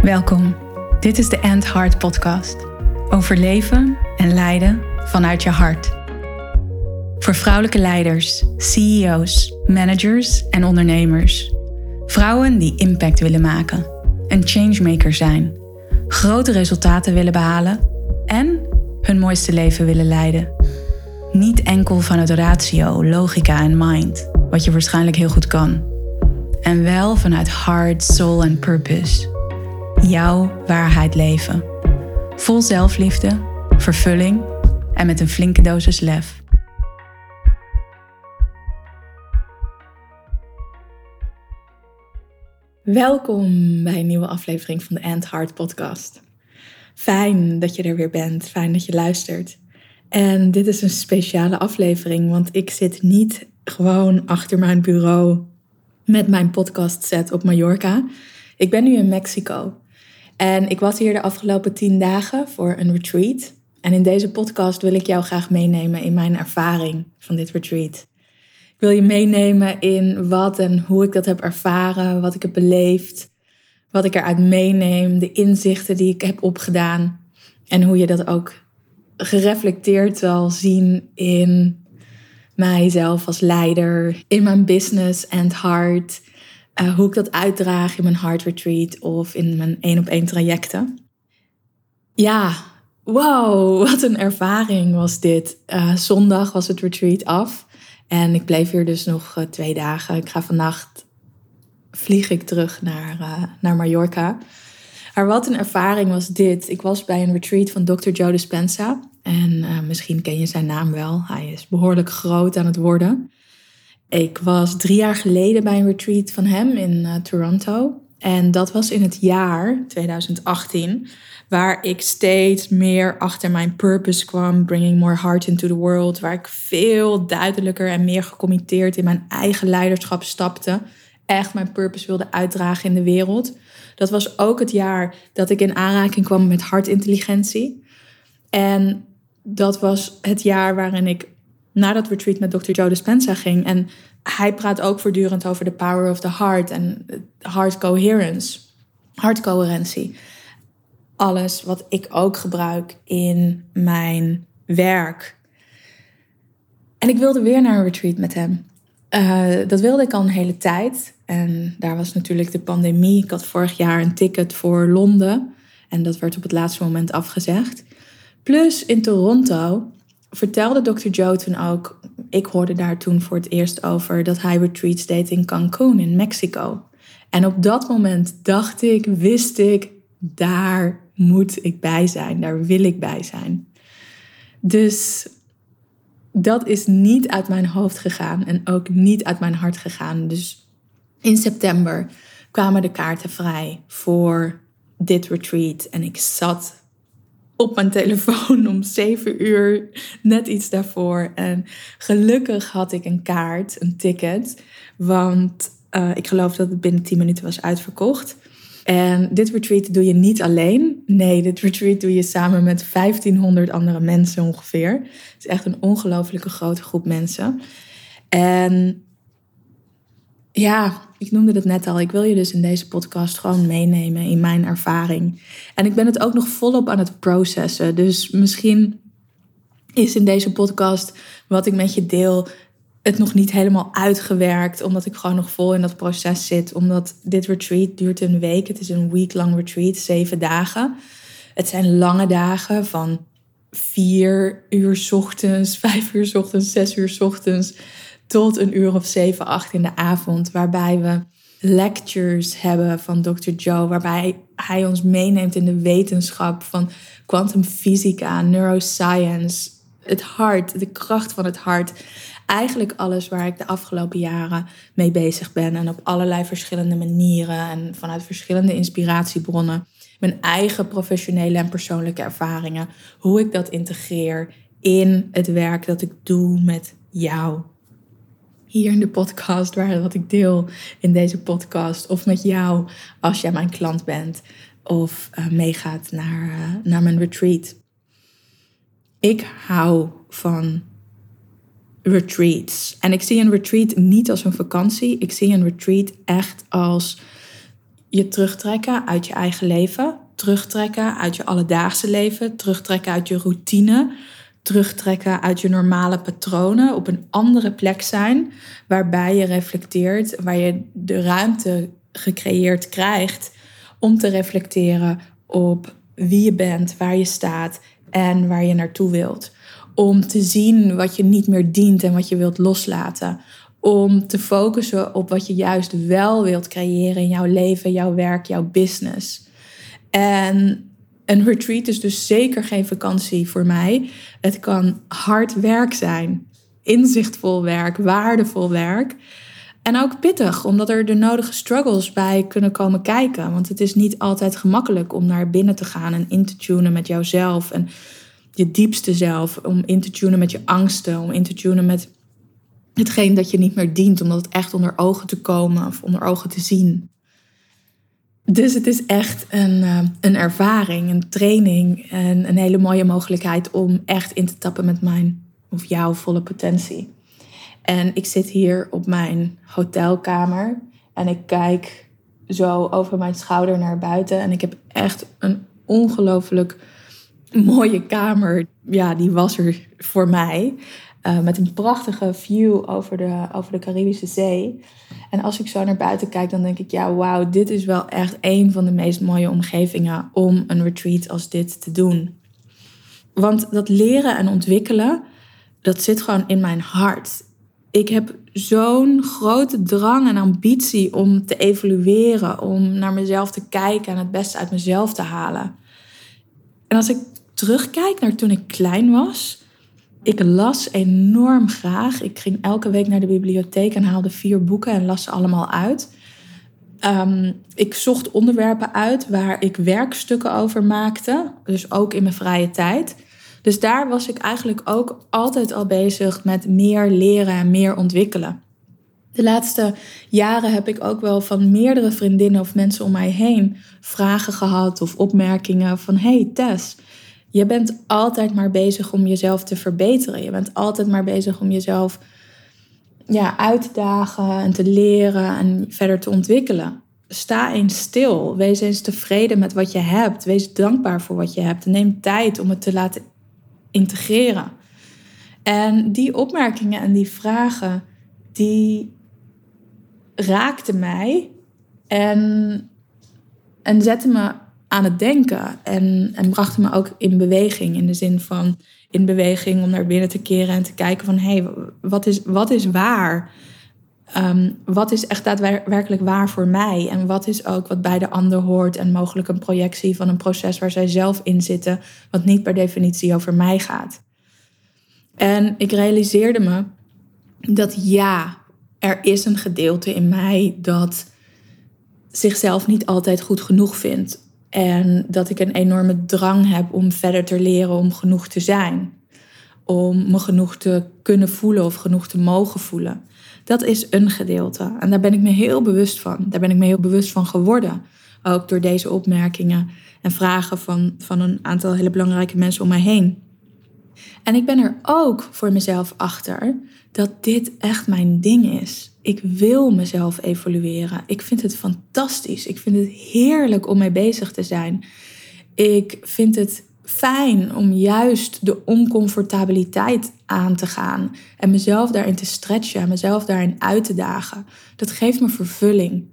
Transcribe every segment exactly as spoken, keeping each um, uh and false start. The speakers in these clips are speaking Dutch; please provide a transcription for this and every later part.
Welkom. Dit is de And Heart podcast. Over leven en leiden vanuit je hart. Voor vrouwelijke leiders, C E O's, managers en ondernemers. Vrouwen die impact willen maken. Een changemaker zijn. Grote resultaten willen behalen. En hun mooiste leven willen leiden. Niet enkel vanuit ratio, logica en mind. Wat je waarschijnlijk heel goed kan. En wel vanuit heart, soul en purpose. Jouw waarheid leven. Vol zelfliefde, vervulling en met een flinke dosis lef. Welkom bij een nieuwe aflevering van de And Heart podcast. Fijn dat je er weer bent, fijn dat je luistert. En dit is een speciale aflevering, want ik zit niet gewoon achter mijn bureau met mijn podcast set op Mallorca. Ik ben nu in Mexico. En ik was hier de afgelopen tien dagen voor een retreat. En in deze podcast wil ik jou graag meenemen in mijn ervaring van dit retreat. Ik wil je meenemen in wat en hoe ik dat heb ervaren, wat ik heb beleefd, wat ik eruit meeneem, de inzichten die ik heb opgedaan. En hoe je dat ook gereflecteerd zal zien in mijzelf als leider, in mijn business and heart. Uh, hoe ik dat uitdraag in mijn heart retreat of in mijn één op één trajecten. Ja, wow, wat een ervaring was dit. Uh, zondag was het retreat af. En ik bleef hier dus nog uh, twee dagen. Ik ga vannacht, vlieg ik terug naar, uh, naar Mallorca. Maar wat een ervaring was dit. Ik was bij een retreat van dokter Joe Dispenza. En uh, misschien ken je zijn naam wel. Hij is behoorlijk groot aan het worden. Ik was drie jaar geleden bij een retreat van hem in uh, Toronto. En dat was in het jaar twintig achttien, waar ik steeds meer achter mijn purpose kwam, bringing more heart into the world, waar ik veel duidelijker en meer gecommitteerd in mijn eigen leiderschap stapte, echt mijn purpose wilde uitdragen in de wereld. Dat was ook het jaar dat ik in aanraking kwam met hartintelligentie. En dat was het jaar waarin ik na dat retreat met dokter Joe Dispenza ging. En hij praat ook voortdurend over de power of the heart en heart coherence, hartcoherentie. Alles wat ik ook gebruik in mijn werk. En ik wilde weer naar een retreat met hem. Uh, dat wilde ik al een hele tijd. En daar was natuurlijk de pandemie. Ik had vorig jaar een ticket voor Londen. En dat werd op het laatste moment afgezegd. Plus in Toronto vertelde dokter Joe toen ook, ik hoorde daar toen voor het eerst over, dat hij retreats deed in Cancún in Mexico. En op dat moment dacht ik, wist ik, daar moet ik bij zijn, daar wil ik bij zijn. Dus dat is niet uit mijn hoofd gegaan en ook niet uit mijn hart gegaan. Dus in september kwamen de kaarten vrij voor dit retreat en ik zat op mijn telefoon om zeven uur, net iets daarvoor. En gelukkig had ik een kaart, een ticket. Want uh, ik geloof dat het binnen tien minuten was uitverkocht. En dit retreat doe je niet alleen. Nee, dit retreat doe je samen met vijftienhonderd andere mensen ongeveer. Het is echt een ongelooflijke grote groep mensen. En ja, ik noemde het net al. Ik wil je dus in deze podcast gewoon meenemen in mijn ervaring. En ik ben het ook nog volop aan het processen. Dus misschien is in deze podcast wat ik met je deel het nog niet helemaal uitgewerkt. Omdat ik gewoon nog vol in dat proces zit. Omdat dit retreat duurt een week. Het is een week-long retreat, zeven dagen. Het zijn lange dagen van vier uur 's ochtends, vijf uur 's ochtends, zes uur 's ochtends, tot een uur of zeven, acht in de avond, waarbij we lectures hebben van dokter Joe, waarbij hij ons meeneemt in de wetenschap van kwantumfysica, neuroscience, het hart, de kracht van het hart. Eigenlijk alles waar ik de afgelopen jaren mee bezig ben en op allerlei verschillende manieren en vanuit verschillende inspiratiebronnen, mijn eigen professionele en persoonlijke ervaringen, hoe ik dat integreer in het werk dat ik doe met jou. Hier in de podcast, waar wat ik deel in deze podcast. Of met jou als jij mijn klant bent. Of uh, meegaat naar, uh, naar mijn retreat. Ik hou van retreats. En ik zie een retreat niet als een vakantie. Ik zie een retreat echt als je terugtrekken uit je eigen leven, terugtrekken uit je alledaagse leven, terugtrekken uit je routine, terugtrekken uit je normale patronen, op een andere plek zijn, waarbij je reflecteert, waar je de ruimte gecreëerd krijgt om te reflecteren op wie je bent, waar je staat en waar je naartoe wilt. Om te zien wat je niet meer dient en wat je wilt loslaten. Om te focussen op wat je juist wel wilt creëren in jouw leven, jouw werk, jouw business. En een retreat is dus zeker geen vakantie voor mij. Het kan hard werk zijn, inzichtvol werk, waardevol werk. En ook pittig, omdat er de nodige struggles bij kunnen komen kijken. Want het is niet altijd gemakkelijk om naar binnen te gaan en in te tunen met jouzelf en je diepste zelf. Om in te tunen met je angsten, om in te tunen met hetgeen dat je niet meer dient, om dat echt onder ogen te komen of onder ogen te zien. Dus het is echt een, een ervaring, een training en een hele mooie mogelijkheid om echt in te tappen met mijn of jouw volle potentie. En ik zit hier op mijn hotelkamer en ik kijk zo over mijn schouder naar buiten. En ik heb echt een ongelooflijk mooie kamer. Ja, die was er voor mij. Uh, met een prachtige view over de, over de Caribische Zee. En als ik zo naar buiten kijk, dan denk ik, ja, wauw, dit is wel echt een van de meest mooie omgevingen om een retreat als dit te doen. Want dat leren en ontwikkelen, dat zit gewoon in mijn hart. Ik heb zo'n grote drang en ambitie om te evolueren, om naar mezelf te kijken en het beste uit mezelf te halen. En als ik terugkijk naar toen ik klein was, ik las enorm graag. Ik ging elke week naar de bibliotheek en haalde vier boeken en las ze allemaal uit. Um, ik zocht onderwerpen uit waar ik werkstukken over maakte, dus ook in mijn vrije tijd. Dus daar was ik eigenlijk ook altijd al bezig met meer leren en meer ontwikkelen. De laatste jaren heb ik ook wel van meerdere vriendinnen of mensen om mij heen vragen gehad of opmerkingen van: hey Tess, je bent altijd maar bezig om jezelf te verbeteren. Je bent altijd maar bezig om jezelf ja, uit te dagen en te leren en verder te ontwikkelen. Sta eens stil. Wees eens tevreden met wat je hebt. Wees dankbaar voor wat je hebt. Neem tijd om het te laten integreren. En die opmerkingen en die vragen, die raakten mij en, en zetten me aan het denken. En, en brachten me ook in beweging. In de zin van in beweging om naar binnen te keren en te kijken van: hé, hey, wat is, wat is waar? Um, wat is echt daadwerkelijk waar voor mij? En wat is ook wat bij de ander hoort en mogelijk een projectie van een proces waar zij zelf in zitten, wat niet per definitie over mij gaat. En ik realiseerde me dat ja, er is een gedeelte in mij dat zichzelf niet altijd goed genoeg vindt. En dat ik een enorme drang heb om verder te leren om genoeg te zijn. Om me genoeg te kunnen voelen of genoeg te mogen voelen. Dat is een gedeelte. En daar ben ik me heel bewust van. Daar ben ik me heel bewust van geworden. Ook door deze opmerkingen en vragen van, van een aantal hele belangrijke mensen om mij heen. En ik ben er ook voor mezelf achter dat dit echt mijn ding is. Ik wil mezelf evolueren. Ik vind het fantastisch. Ik vind het heerlijk om mee bezig te zijn. Ik vind het fijn om juist de oncomfortabiliteit aan te gaan. En mezelf daarin te stretchen en mezelf daarin uit te dagen. Dat geeft me vervulling.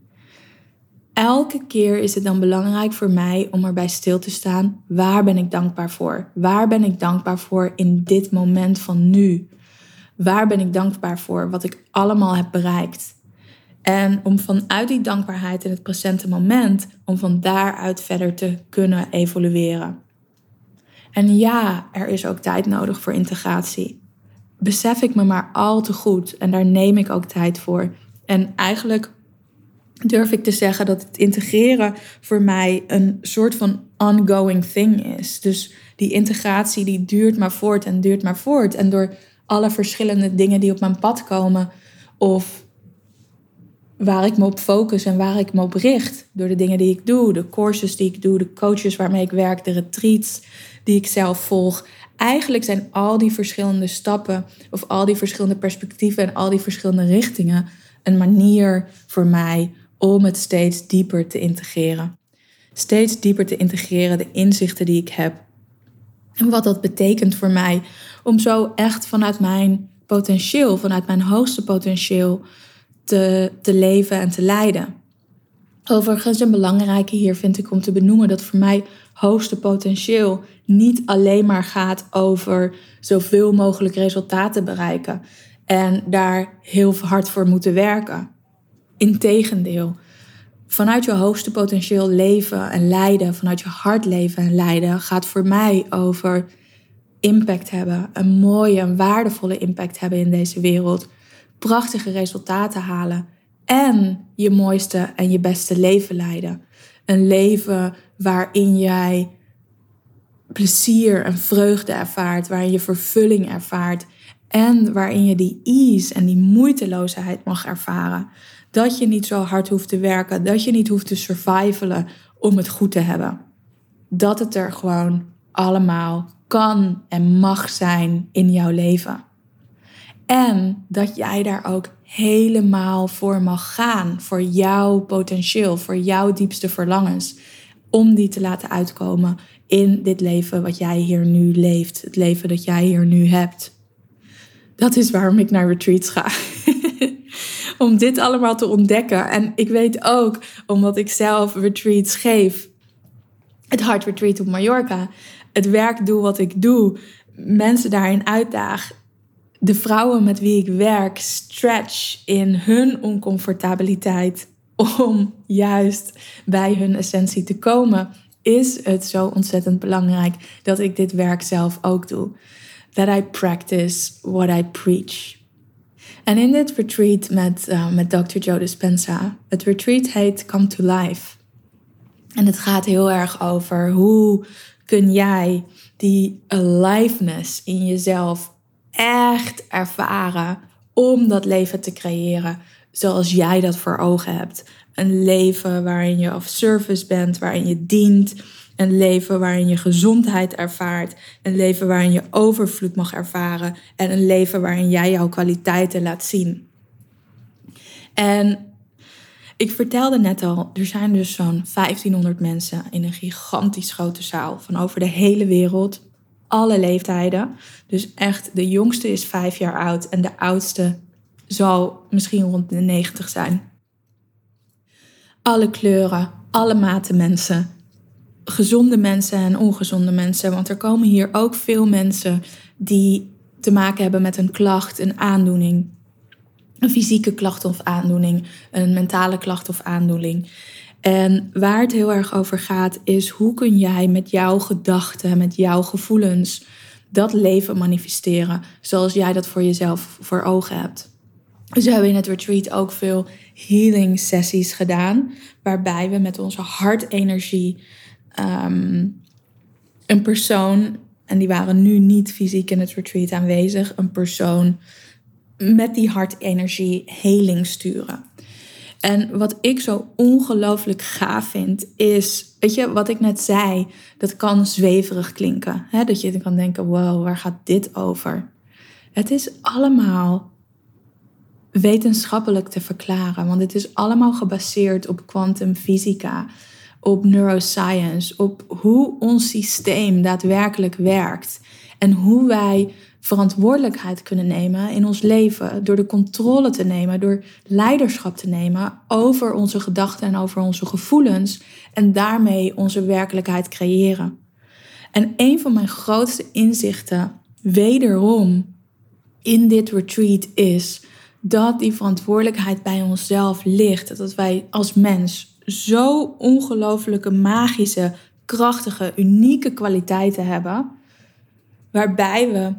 Elke keer is het dan belangrijk voor mij om erbij stil te staan. Waar ben ik dankbaar voor? Waar ben ik dankbaar voor in dit moment van nu? Waar ben ik dankbaar voor wat ik allemaal heb bereikt? En om vanuit die dankbaarheid in het presente moment, om van daaruit verder te kunnen evolueren. En ja, er is ook tijd nodig voor integratie. Besef ik me maar al te goed en daar neem ik ook tijd voor. En eigenlijk durf ik te zeggen dat het integreren voor mij een soort van ongoing thing is. Dus die integratie die duurt maar voort en duurt maar voort. En door alle verschillende dingen die op mijn pad komen, of waar ik me op focus en waar ik me op richt, door de dingen die ik doe, de courses die ik doe, de coaches waarmee ik werk, de retreats die ik zelf volg. Eigenlijk zijn al die verschillende stappen of al die verschillende perspectieven en al die verschillende richtingen een manier voor mij om het steeds dieper te integreren. Steeds dieper te integreren, de inzichten die ik heb. En wat dat betekent voor mij om zo echt vanuit mijn potentieel, vanuit mijn hoogste potentieel te, te leven en te leiden. Overigens een belangrijke hier vind ik om te benoemen dat voor mij hoogste potentieel niet alleen maar gaat over zoveel mogelijk resultaten bereiken en daar heel hard voor moeten werken. Integendeel, vanuit je hoogste potentieel leven en leiden, vanuit je hart leven en leiden, gaat voor mij over impact hebben, een mooie en waardevolle impact hebben in deze wereld, prachtige resultaten halen en je mooiste en je beste leven leiden. Een leven waarin jij plezier en vreugde ervaart, waarin je vervulling ervaart en waarin je die ease en die moeiteloosheid mag ervaren. Dat je niet zo hard hoeft te werken, dat je niet hoeft te survivalen om het goed te hebben. Dat het er gewoon allemaal kan en mag zijn in jouw leven. En dat jij daar ook helemaal voor mag gaan, voor jouw potentieel, voor jouw diepste verlangens, om die te laten uitkomen in dit leven wat jij hier nu leeft, het leven dat jij hier nu hebt. Dat is waarom ik naar retreats ga. Om dit allemaal te ontdekken. En ik weet ook, omdat ik zelf retreats geef, het Heart Retreat op Mallorca, het werk doe wat ik doe, mensen daarin uitdaag, de vrouwen met wie ik werk stretch in hun oncomfortabiliteit om juist bij hun essentie te komen, is het zo ontzettend belangrijk dat ik dit werk zelf ook doe. That I practice what I preach. En in dit retreat met, uh, met dokter Joe Dispenza, het retreat heet Come to Life. En het gaat heel erg over hoe kun jij die aliveness in jezelf echt ervaren om dat leven te creëren zoals jij dat voor ogen hebt. Een leven waarin je of service bent, waarin je dient. Een leven waarin je gezondheid ervaart. Een leven waarin je overvloed mag ervaren. En een leven waarin jij jouw kwaliteiten laat zien. En ik vertelde net al, er zijn dus zo'n vijftienhonderd mensen in een gigantisch grote zaal van over de hele wereld. Alle leeftijden. Dus echt, de jongste is vijf jaar oud en de oudste zal misschien rond de negentig zijn. Alle kleuren, alle maten mensen. Gezonde mensen en ongezonde mensen. Want er komen hier ook veel mensen die te maken hebben met een klacht, een aandoening. Een fysieke klacht of aandoening. Een mentale klacht of aandoening. En waar het heel erg over gaat is hoe kun jij met jouw gedachten, met jouw gevoelens dat leven manifesteren zoals jij dat voor jezelf voor ogen hebt. Dus we hebben in het retreat ook veel healing sessies gedaan, waarbij we met onze hartenergie um, een persoon, en die waren nu niet fysiek in het retreat aanwezig, een persoon met die hartenergie heling sturen. En wat ik zo ongelooflijk gaaf vind is, weet je, wat ik net zei, dat kan zweverig klinken. Hè? Dat je kan denken, wow, waar gaat dit over? Het is allemaal wetenschappelijk te verklaren, want het is allemaal gebaseerd op kwantumfysica, op neuroscience, op hoe ons systeem daadwerkelijk werkt en hoe wij verantwoordelijkheid kunnen nemen in ons leven, door de controle te nemen, door leiderschap te nemen over onze gedachten en over onze gevoelens en daarmee onze werkelijkheid creëren. En een van mijn grootste inzichten wederom in dit retreat is dat die verantwoordelijkheid bij onszelf ligt. Dat wij als mens zo ongelooflijke, magische, krachtige, unieke kwaliteiten hebben, waarbij we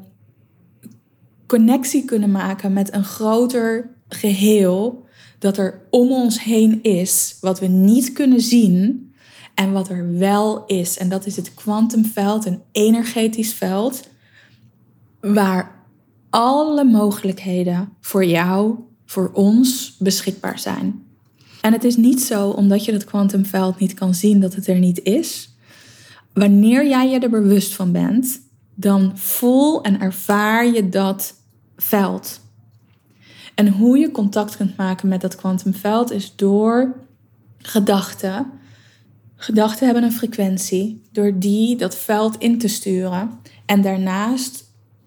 connectie kunnen maken met een groter geheel dat er om ons heen is, wat we niet kunnen zien en wat er wel is. En dat is het kwantumveld, een energetisch veld, waar alle mogelijkheden voor jou, voor ons beschikbaar zijn. En het is niet zo, omdat je dat kwantumveld niet kan zien, dat het er niet is. Wanneer jij je er bewust van bent, dan voel en ervaar je dat veld. En hoe je contact kunt maken met dat kwantumveld is door gedachten. Gedachten hebben een frequentie. Door die dat veld in te sturen. En daarnaast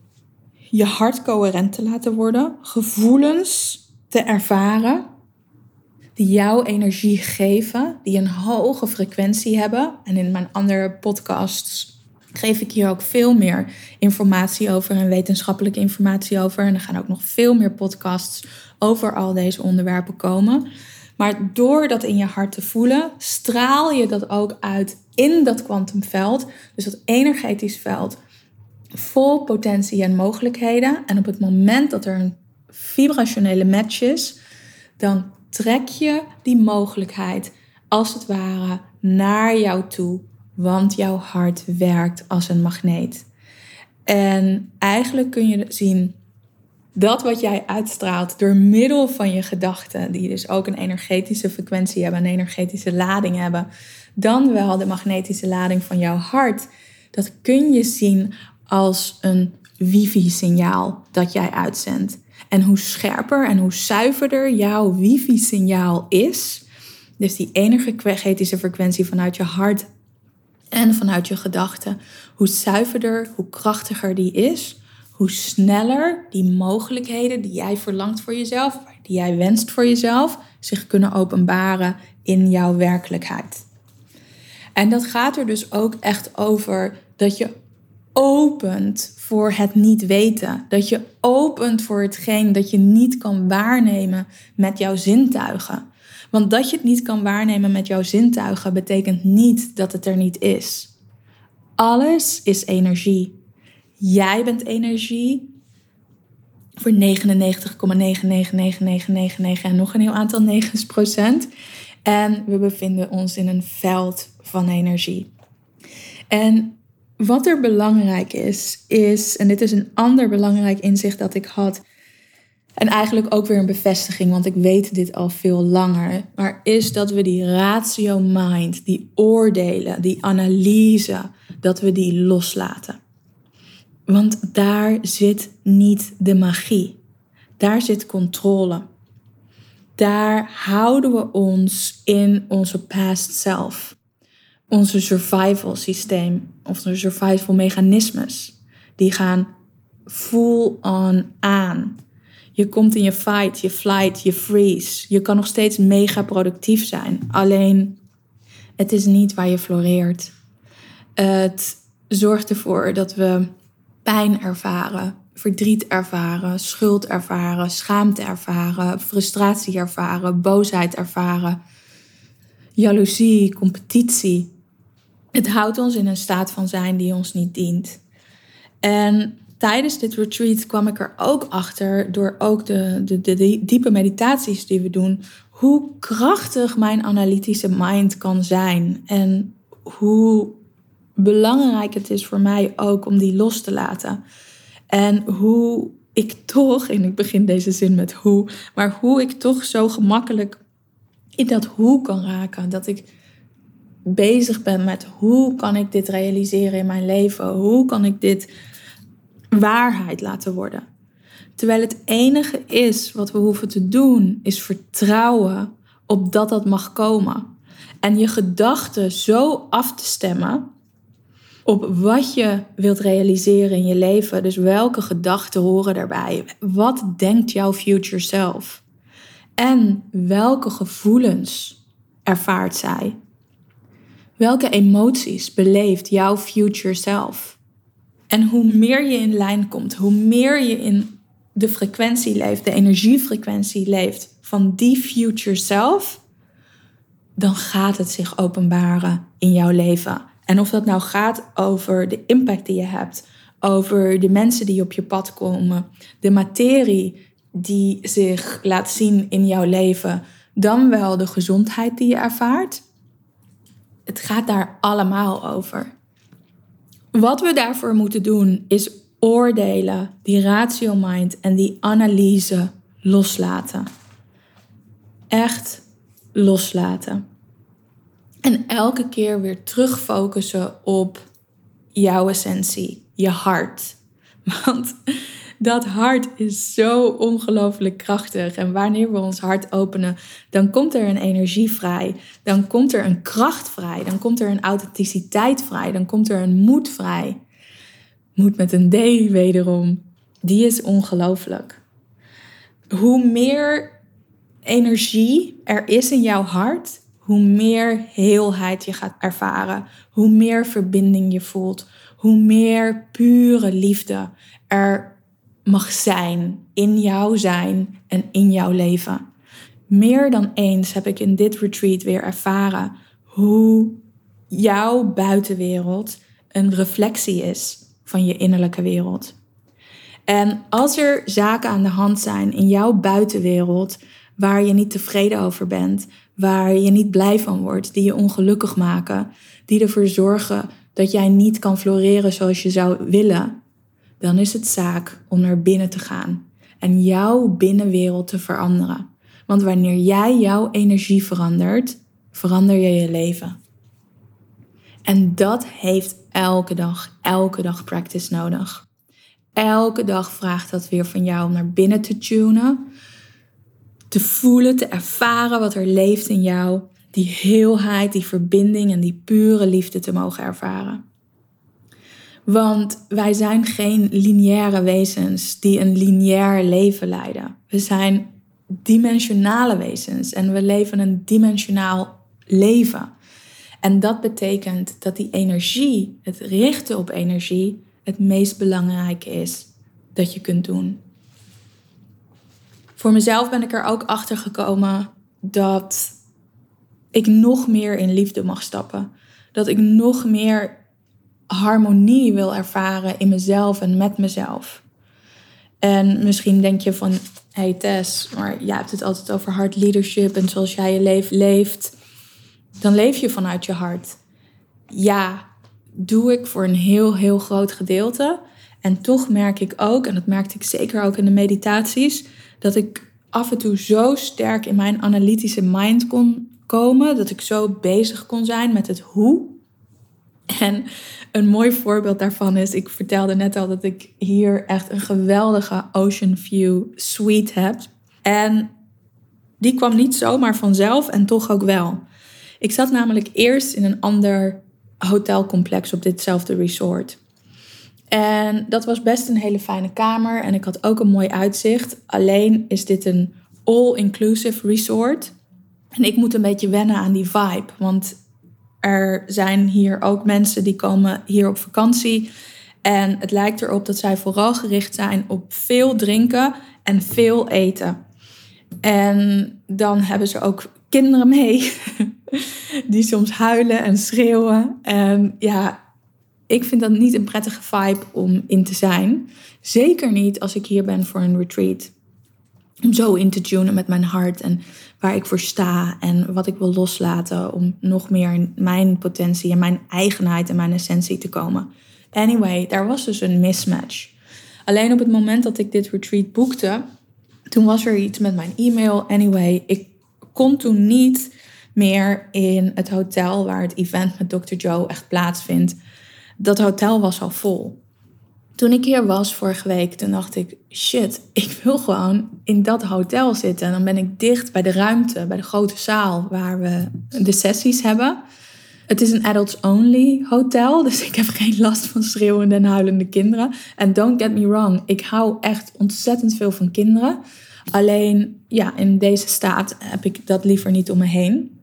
je hart coherent te laten worden. Gevoelens te ervaren. Die jouw energie geven. Die een hoge frequentie hebben. En in mijn andere podcasts geef ik hier ook veel meer informatie over. En wetenschappelijke informatie over. En er gaan ook nog veel meer podcasts over al deze onderwerpen komen. Maar door dat in je hart te voelen, straal je dat ook uit in dat kwantumveld. Dus dat energetisch veld vol potentie en mogelijkheden. En op het moment dat er een vibrationele match is, dan trek je die mogelijkheid als het ware naar jou toe. Want jouw hart werkt als een magneet. En eigenlijk kun je zien dat wat jij uitstraalt door middel van je gedachten, die dus ook een energetische frequentie hebben, een energetische lading hebben, dan wel de magnetische lading van jouw hart, dat kun je zien als een wifi-signaal dat jij uitzendt. En hoe scherper en hoe zuiverder jouw wifi-signaal is, dus die energetische frequentie vanuit je hart en vanuit je gedachten, hoe zuiverder, hoe krachtiger die is, hoe sneller die mogelijkheden die jij verlangt voor jezelf, die jij wenst voor jezelf, zich kunnen openbaren in jouw werkelijkheid. En dat gaat er dus ook echt over dat je opent voor het niet weten. Dat je opent voor hetgeen dat je niet kan waarnemen met jouw zintuigen. Want dat je het niet kan waarnemen met jouw zintuigen betekent niet dat het er niet is. Alles is energie. Jij bent energie voor negenennegentig komma negen negen negen negen negen negen en nog een heel aantal negens procent. En we bevinden ons in een veld van energie. En wat er belangrijk is, is, en dit is een ander belangrijk inzicht dat ik had, en eigenlijk ook weer een bevestiging, want ik weet dit al veel langer, maar is dat we die ratio mind, die oordelen, die analyse, dat we die loslaten. Want daar zit niet de magie. Daar zit controle. Daar houden we ons in onze past self. Onze survival systeem, of onze survival mechanismes, die gaan full on aan. Je komt in je fight, je flight, je freeze. Je kan nog steeds mega productief zijn. Alleen, het is niet waar je floreert. Het zorgt ervoor dat we pijn ervaren, verdriet ervaren, schuld ervaren, schaamte ervaren, frustratie ervaren, boosheid ervaren, jaloezie, competitie. Het houdt ons in een staat van zijn die ons niet dient. En tijdens dit retreat kwam ik er ook achter, door ook de, de, de diepe meditaties die we doen, hoe krachtig mijn analytische mind kan zijn. En hoe belangrijk het is voor mij ook om die los te laten. En hoe ik toch, en ik begin deze zin met hoe, maar hoe ik toch zo gemakkelijk in dat hoe kan raken. Dat ik bezig ben met hoe kan ik dit realiseren in mijn leven? Hoe kan ik dit waarheid laten worden? Terwijl het enige is wat we hoeven te doen, is vertrouwen op dat dat mag komen. En je gedachten zo af te stemmen op wat je wilt realiseren in je leven. Dus welke gedachten horen daarbij? Wat denkt jouw future self? En welke gevoelens ervaart zij? Welke emoties beleeft jouw future self? En hoe meer je in lijn komt, hoe meer je in de frequentie leeft, de energiefrequentie leeft van die future self, dan gaat het zich openbaren in jouw leven. En of dat nou gaat over de impact die je hebt, over de mensen die op je pad komen, de materie die zich laat zien in jouw leven, dan wel de gezondheid die je ervaart. Het gaat daar allemaal over. Wat we daarvoor moeten doen is oordelen, die ratio mind en die analyse loslaten. Echt loslaten. En elke keer weer terugfocussen op jouw essentie, je hart. Want Dat hart is zo ongelooflijk krachtig. En wanneer we ons hart openen, dan komt er een energie vrij. Dan komt er een kracht vrij. Dan komt er een authenticiteit vrij. Dan komt er een moed vrij. Moed met een D wederom. Die is ongelooflijk. Hoe meer energie er is in jouw hart, hoe meer heelheid je gaat ervaren. Hoe meer verbinding je voelt. Hoe meer pure liefde er mag zijn, in jouw zijn en in jouw leven. Meer dan eens heb ik in dit retreat weer ervaren hoe jouw buitenwereld een reflectie is van je innerlijke wereld. En als er zaken aan de hand zijn in jouw buitenwereld waar je niet tevreden over bent, waar je niet blij van wordt, die je ongelukkig maken, die ervoor zorgen dat jij niet kan floreren zoals je zou willen, dan is het zaak om naar binnen te gaan en jouw binnenwereld te veranderen. Want wanneer jij jouw energie verandert, verander je je leven. En dat heeft elke dag, elke dag practice nodig. Elke dag vraagt dat weer van jou om naar binnen te tunen, te voelen, te ervaren wat er leeft in jou, die heelheid, die verbinding en die pure liefde te mogen ervaren. Want wij zijn geen lineaire wezens die een lineair leven leiden. We zijn dimensionale wezens en we leven een dimensionaal leven. En dat betekent dat die energie, het richten op energie, het meest belangrijke is dat je kunt doen. Voor mezelf ben ik er ook achter gekomen dat ik nog meer in liefde mag stappen. Dat ik nog meer harmonie wil ervaren in mezelf en met mezelf. En misschien denk je van, hey Tess, maar jij hebt het altijd over hard leadership en zoals jij je leven leeft, dan leef je vanuit je hart. Ja, doe ik voor een heel, heel groot gedeelte. En toch merk ik ook, en dat merkte ik zeker ook in de meditaties, dat ik af en toe zo sterk in mijn analytische mind kon komen, dat ik zo bezig kon zijn met het hoe. En een mooi voorbeeld daarvan is, ik vertelde net al dat ik hier echt een geweldige Ocean View suite heb. En die kwam niet zomaar vanzelf en toch ook wel. Ik zat namelijk eerst in een ander hotelcomplex op ditzelfde resort. En dat was best een hele fijne kamer en ik had ook een mooi uitzicht. Alleen is dit een all-inclusive resort. En ik moet een beetje wennen aan die vibe, want er zijn hier ook mensen die komen hier op vakantie. En het lijkt erop dat zij vooral gericht zijn op veel drinken en veel eten. En dan hebben ze ook kinderen mee die soms huilen en schreeuwen. En ja, ik vind dat niet een prettige vibe om in te zijn. Zeker niet als ik hier ben voor een retreat. Om zo in te tunen met mijn hart en waar ik voor sta en wat ik wil loslaten om nog meer in mijn potentie en mijn eigenheid en mijn essentie te komen. Anyway, daar was dus een mismatch. Alleen op het moment dat ik dit retreat boekte, toen was er iets met mijn e-mail. Anyway, ik kon toen niet meer in het hotel waar het event met dokter Joe echt plaatsvindt. Dat hotel was al vol. Toen ik hier was vorige week, toen dacht ik, shit, ik wil gewoon in dat hotel zitten. En dan ben ik dicht bij de ruimte, bij de grote zaal waar we de sessies hebben. Het is een adults-only hotel, dus ik heb geen last van schreeuwende en huilende kinderen. En don't get me wrong, ik hou echt ontzettend veel van kinderen. Alleen, ja, in deze staat heb ik dat liever niet om me heen.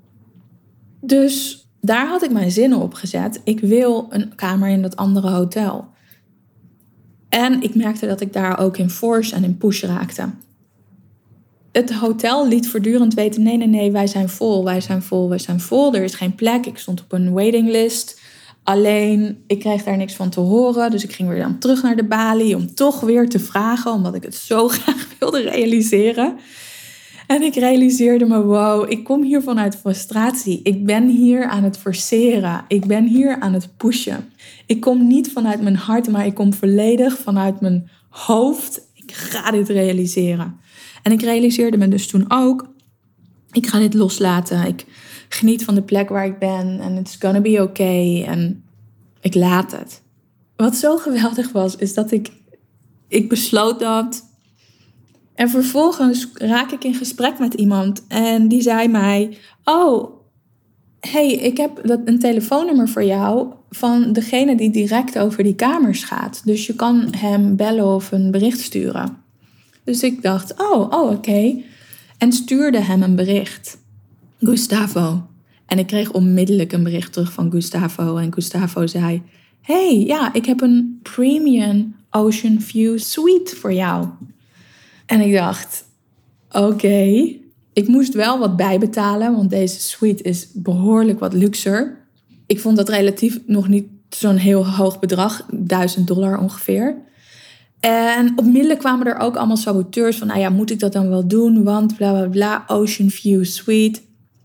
Dus daar had ik mijn zinnen op gezet. Ik wil een kamer in dat andere hotel. En ik merkte dat ik daar ook in force en in push raakte. Het hotel liet voortdurend weten, nee, nee, nee, wij zijn vol, wij zijn vol, wij zijn vol. Er is geen plek, ik stond op een waitinglist. Alleen, ik kreeg daar niks van te horen. Dus ik ging weer dan terug naar de balie om toch weer te vragen, omdat ik het zo graag wilde realiseren. En ik realiseerde me, wow, ik kom hier vanuit frustratie. Ik ben hier aan het forceren. Ik ben hier aan het pushen. Ik kom niet vanuit mijn hart, maar ik kom volledig vanuit mijn hoofd. Ik ga dit realiseren. En ik realiseerde me dus toen ook, ik ga dit loslaten. Ik geniet van de plek waar ik ben en it's gonna be okay. En ik laat het. Wat zo geweldig was, is dat ik ik besloot dat. En vervolgens raak ik in gesprek met iemand. En die zei mij, oh, hey, ik heb dat, een telefoonnummer voor jou van degene die direct over die kamers gaat. Dus je kan hem bellen of een bericht sturen. Dus ik dacht, oh, oh oké. Okay. En stuurde hem een bericht. Gustavo. En ik kreeg onmiddellijk een bericht terug van Gustavo. En Gustavo zei, hey, ja, ik heb een premium Ocean View suite voor jou. En ik dacht, oké. Okay. Ik moest wel wat bijbetalen, want deze suite is behoorlijk wat luxer. Ik vond dat relatief nog niet zo'n heel hoog bedrag, duizend dollar ongeveer. En onmiddellijk kwamen er ook allemaal saboteurs van, nou ja, moet ik dat dan wel doen? Want bla bla bla, Ocean View Suite.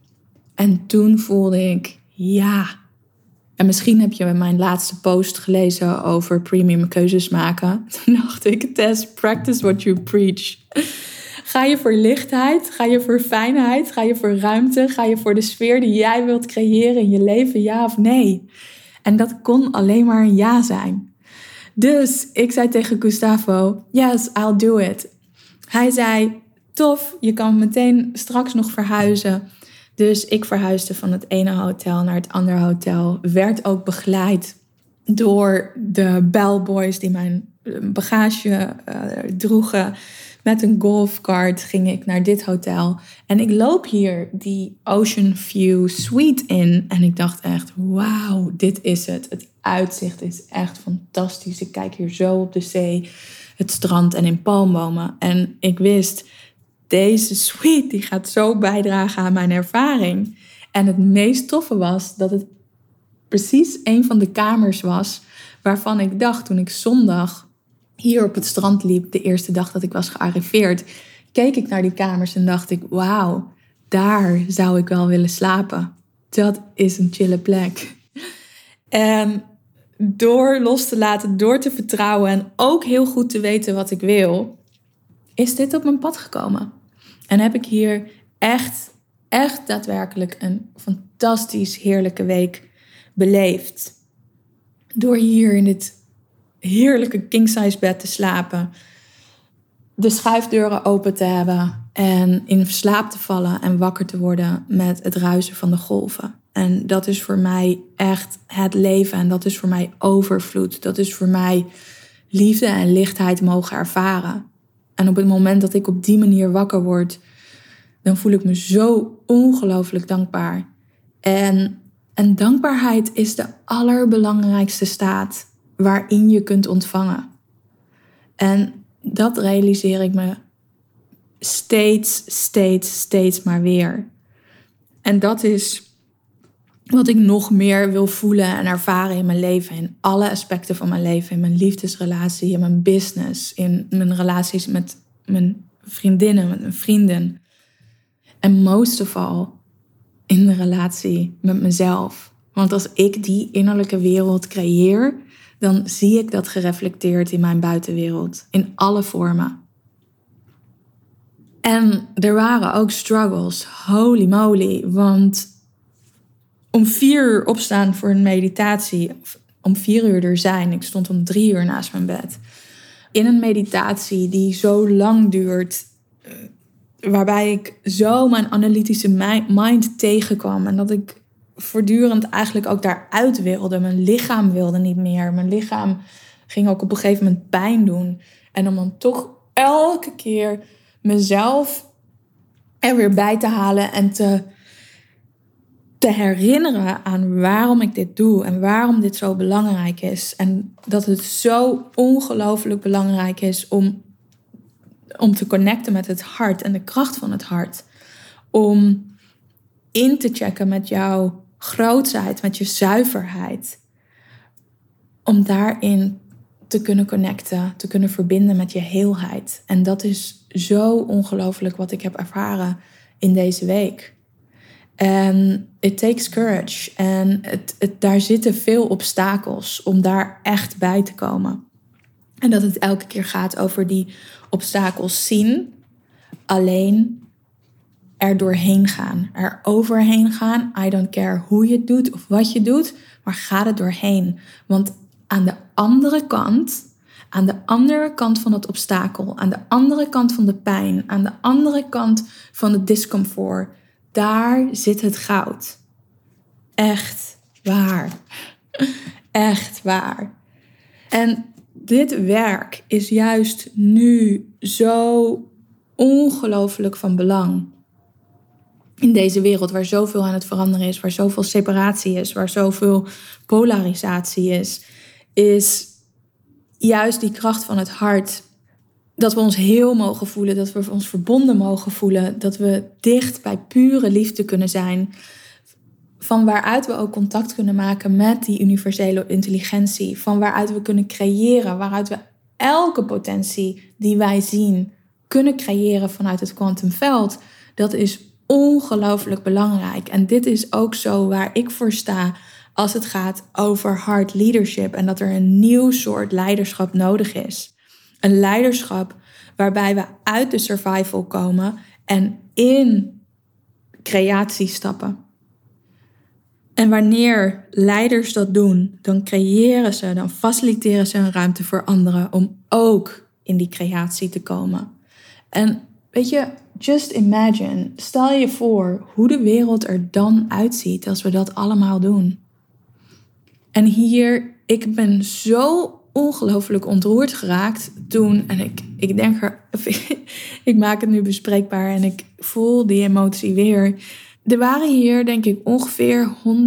En toen voelde ik, ja. En misschien heb je mijn laatste post gelezen over premium keuzes maken. Toen dacht ik, Tess, practice what you preach. Ga je voor lichtheid? Ga je voor fijnheid? Ga je voor ruimte? Ga je voor de sfeer die jij wilt creëren in je leven? Ja of nee? En dat kon alleen maar een ja zijn. Dus ik zei tegen Gustavo, yes, I'll do it. Hij zei, tof, je kan meteen straks nog verhuizen. Dus ik verhuisde van het ene hotel naar het andere hotel. Werd ook begeleid door de bellboys die mijn bagage uh, droegen. Met een golfcart ging ik naar dit hotel. En ik loop hier die Ocean View Suite in. En ik dacht echt, wauw, dit is het. Het uitzicht is echt fantastisch. Ik kijk hier zo op de zee, het strand en in palmbomen. En ik wist, deze suite die gaat zo bijdragen aan mijn ervaring. En het meest toffe was dat het precies een van de kamers was waarvan ik dacht toen ik zondag hier op het strand liep, de eerste dag dat ik was gearriveerd, keek ik naar die kamers en dacht ik, wauw, daar zou ik wel willen slapen. Dat is een chille plek. En door los te laten, door te vertrouwen en ook heel goed te weten wat ik wil, is dit op mijn pad gekomen. En heb ik hier echt, echt daadwerkelijk een fantastisch heerlijke week beleefd. Door hier in dit heerlijke king-size bed te slapen, de schuifdeuren open te hebben en in slaap te vallen en wakker te worden met het ruisen van de golven. En dat is voor mij echt het leven en dat is voor mij overvloed. Dat is voor mij liefde en lichtheid mogen ervaren. En op het moment dat ik op die manier wakker word, dan voel ik me zo ongelooflijk dankbaar. En, en dankbaarheid is de allerbelangrijkste staat waarin je kunt ontvangen. En dat realiseer ik me steeds, steeds, steeds maar weer. En dat is wat ik nog meer wil voelen en ervaren in mijn leven. In alle aspecten van mijn leven. In mijn liefdesrelatie, in mijn business. In mijn relaties met mijn vriendinnen, met mijn vrienden. En most of all in de relatie met mezelf. Want als ik die innerlijke wereld creëer, dan zie ik dat gereflecteerd in mijn buitenwereld. In alle vormen. En er waren ook struggles. Holy moly. Want om vier uur opstaan voor een meditatie. Om vier uur er zijn. Ik stond om drie uur naast mijn bed. In een meditatie die zo lang duurt. Waarbij ik zo mijn analytische mind tegenkwam. En dat ik voortdurend eigenlijk ook daaruit wilde. Mijn lichaam wilde niet meer. Mijn lichaam ging ook op een gegeven moment pijn doen. En om dan toch elke keer mezelf er weer bij te halen en te, te herinneren aan waarom ik dit doe en waarom dit zo belangrijk is. En dat het zo ongelooflijk belangrijk is om, om te connecten met het hart en de kracht van het hart. Om in te checken met jouw grootheid, met je zuiverheid. Om daarin te kunnen connecten, te kunnen verbinden met je heelheid. En dat is zo ongelooflijk wat ik heb ervaren in deze week. En it takes courage. En het, het, daar zitten veel obstakels om daar echt bij te komen. En dat het elke keer gaat over die obstakels zien, alleen er doorheen gaan, er overheen gaan. I don't care hoe je het doet of wat je doet, maar ga er doorheen. Want aan de andere kant, aan de andere kant van het obstakel, aan de andere kant van de pijn, aan de andere kant van het discomfort, daar zit het goud. Echt waar. Echt waar. En dit werk is juist nu zo ongelooflijk van belang. In deze wereld waar zoveel aan het veranderen is, waar zoveel separatie is, waar zoveel polarisatie is, is juist die kracht van het hart. Dat we ons heel mogen voelen, dat we ons verbonden mogen voelen, dat we dicht bij pure liefde kunnen zijn. Van waaruit we ook contact kunnen maken met die universele intelligentie. Van waaruit we kunnen creëren, waaruit we elke potentie die wij zien kunnen creëren vanuit het kwantumveld. Dat is ongelooflijk belangrijk. En dit is ook zo waar ik voor sta als het gaat over heart leadership. En dat er een nieuw soort leiderschap nodig is. Een leiderschap waarbij we uit de survival komen en in creatie stappen. En wanneer leiders dat doen, dan creëren ze, dan faciliteren ze een ruimte voor anderen om ook in die creatie te komen. En weet je, just imagine, stel je voor hoe de wereld er dan uitziet als we dat allemaal doen. En hier, ik ben zo ongelooflijk ontroerd geraakt toen, en ik, ik denk er, ik maak het nu bespreekbaar en ik voel die emotie weer. Er waren hier, denk ik, ongeveer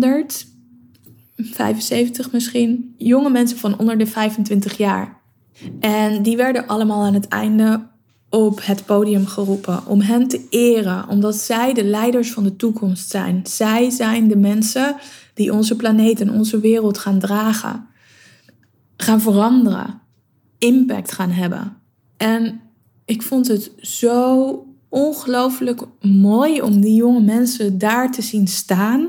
honderdvijfenzeventig misschien, jonge mensen van onder de vijfentwintig jaar. En die werden allemaal aan het einde op het podium geroepen om hen te eren, omdat zij de leiders van de toekomst zijn. Zij zijn de mensen die onze planeet en onze wereld gaan dragen, gaan veranderen, impact gaan hebben. En ik vond het zo ongelooflijk mooi om die jonge mensen daar te zien staan.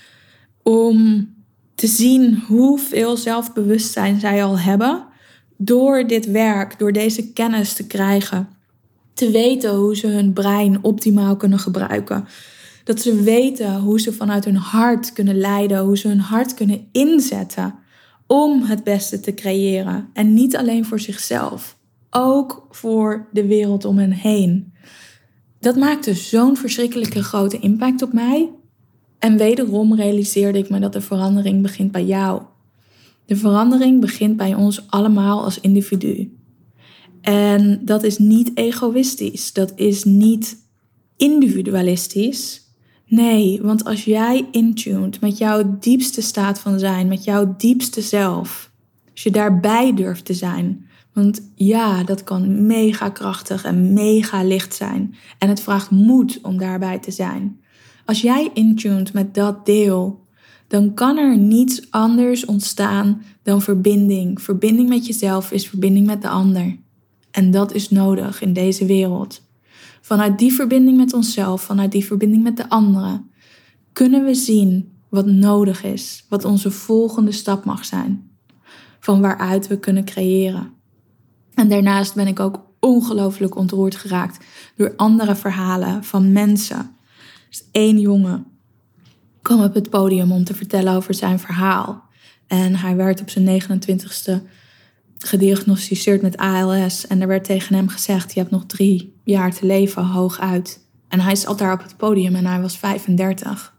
Om te zien hoeveel zelfbewustzijn zij al hebben. Door dit werk, door deze kennis te krijgen. Te weten hoe ze hun brein optimaal kunnen gebruiken. Dat ze weten hoe ze vanuit hun hart kunnen leiden. Hoe ze hun hart kunnen inzetten om het beste te creëren. En niet alleen voor zichzelf. Ook voor de wereld om hen heen. Dat maakte zo'n verschrikkelijke grote impact op mij. En wederom realiseerde ik me dat de verandering begint bij jou. De verandering begint bij ons allemaal als individu. En dat is niet egoïstisch. Dat is niet individualistisch. Nee, want als jij intuned met jouw diepste staat van zijn, met jouw diepste zelf, als je daarbij durft te zijn. Want ja, dat kan mega krachtig en mega licht zijn. En het vraagt moed om daarbij te zijn. Als jij intuned met dat deel, dan kan er niets anders ontstaan dan verbinding. Verbinding met jezelf is verbinding met de ander. En dat is nodig in deze wereld. Vanuit die verbinding met onszelf, vanuit die verbinding met de anderen, kunnen we zien wat nodig is. Wat onze volgende stap mag zijn. Van waaruit we kunnen creëren. En daarnaast ben ik ook ongelooflijk ontroerd geraakt door andere verhalen van mensen. Dus één jongen kwam op het podium om te vertellen over zijn verhaal. En hij werd op zijn negenentwintigste gediagnosticeerd met A L S. En er werd tegen hem gezegd, je hebt nog drie jaar te leven, hooguit. En hij zat daar op het podium en hij was vijfendertig.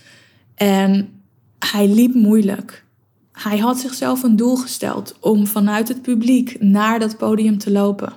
En hij liep moeilijk. Hij had zichzelf een doel gesteld om vanuit het publiek naar dat podium te lopen.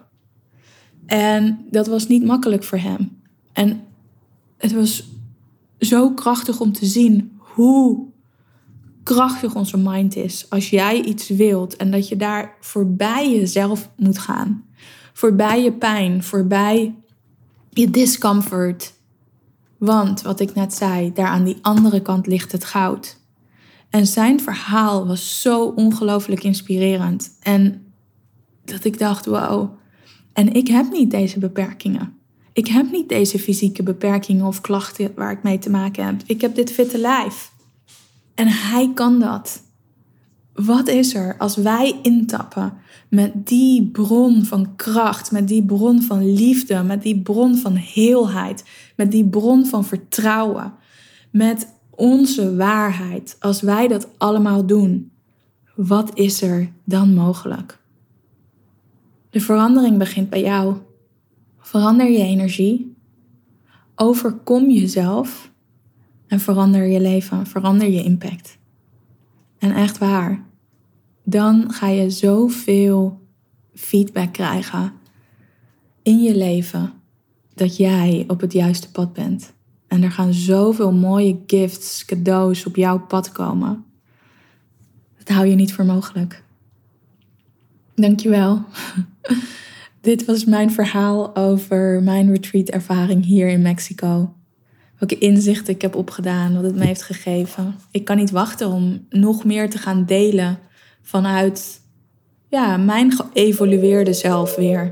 En dat was niet makkelijk voor hem. En het was zo krachtig om te zien hoe krachtig onze mind is. Als jij iets wilt en dat je daar voorbij jezelf moet gaan. Voorbij je pijn, voorbij je discomfort. Want, wat ik net zei, daar aan die andere kant ligt het goud. En zijn verhaal was zo ongelooflijk inspirerend. En dat ik dacht, wow. En ik heb niet deze beperkingen. Ik heb niet deze fysieke beperkingen of klachten waar ik mee te maken heb. Ik heb dit fitte lijf. En hij kan dat. Wat is er als wij intappen met die bron van kracht, met die bron van liefde, met die bron van heelheid, met die bron van vertrouwen, met onze waarheid, als wij dat allemaal doen, wat is er dan mogelijk? De verandering begint bij jou. Verander je energie. Overkom jezelf. En verander je leven. Verander je impact. En echt waar. Dan ga je zoveel feedback krijgen in je leven. Dat jij op het juiste pad bent. En er gaan zoveel mooie gifts, cadeaus op jouw pad komen. Dat hou je niet voor mogelijk. Dankjewel. Dit was mijn verhaal over mijn retreat-ervaring hier in Mexico. Welke inzichten ik heb opgedaan, wat het me heeft gegeven. Ik kan niet wachten om nog meer te gaan delen vanuit ja, mijn geëvolueerde zelf weer.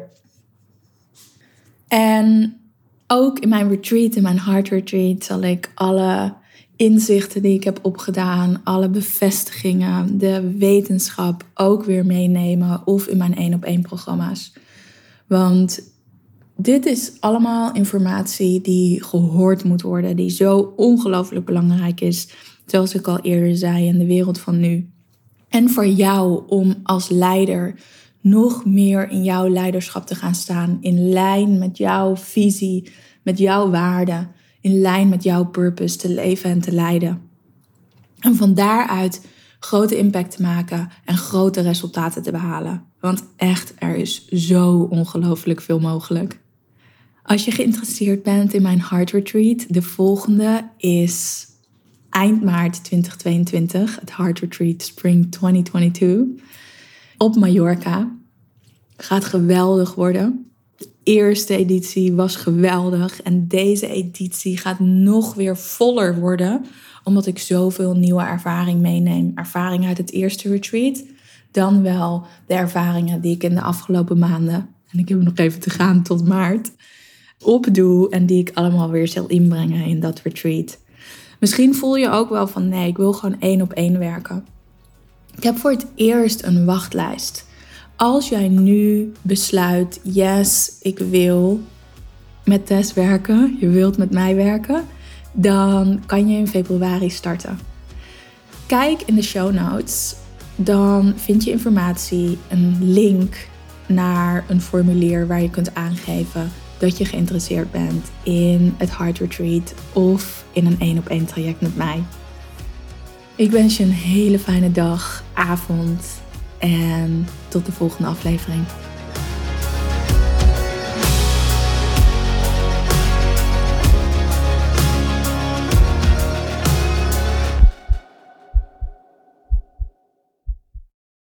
En ook in mijn retreat, in mijn heart retreat, zal ik alle inzichten die ik heb opgedaan, alle bevestigingen, de wetenschap ook weer meenemen of in mijn één op één programma's. Want dit is allemaal informatie die gehoord moet worden, die zo ongelooflijk belangrijk is, zoals ik al eerder zei, in de wereld van nu. En voor jou om als leider nog meer in jouw leiderschap te gaan staan, in lijn met jouw visie, met jouw waarden, in lijn met jouw purpose te leven en te leiden. En van daaruit grote impact te maken en grote resultaten te behalen. Want echt, er is zo ongelooflijk veel mogelijk. Als je geïnteresseerd bent in mijn Heart Retreat, de volgende is eind maart twintig tweeëntwintig, het Heart Retreat Spring twintig tweeëntwintig, op Mallorca. Gaat geweldig worden. De eerste editie was geweldig en deze editie gaat nog weer voller worden, omdat ik zoveel nieuwe ervaring meeneem. Ervaring uit het eerste retreat, dan wel de ervaringen die ik in de afgelopen maanden, en ik heb nog even te gaan tot maart, opdoe en die ik allemaal weer zal inbrengen in dat retreat. Misschien voel je ook wel van nee, ik wil gewoon één op één werken. Ik heb voor het eerst een wachtlijst. Als jij nu besluit, yes, ik wil met Tess werken, je wilt met mij werken, dan kan je in februari starten. Kijk in de show notes, dan vind je informatie, een link naar een formulier waar je kunt aangeven dat je geïnteresseerd bent in het Heart Retreat of in een één op één traject met mij. Ik wens je een hele fijne dag, avond en tot de volgende aflevering.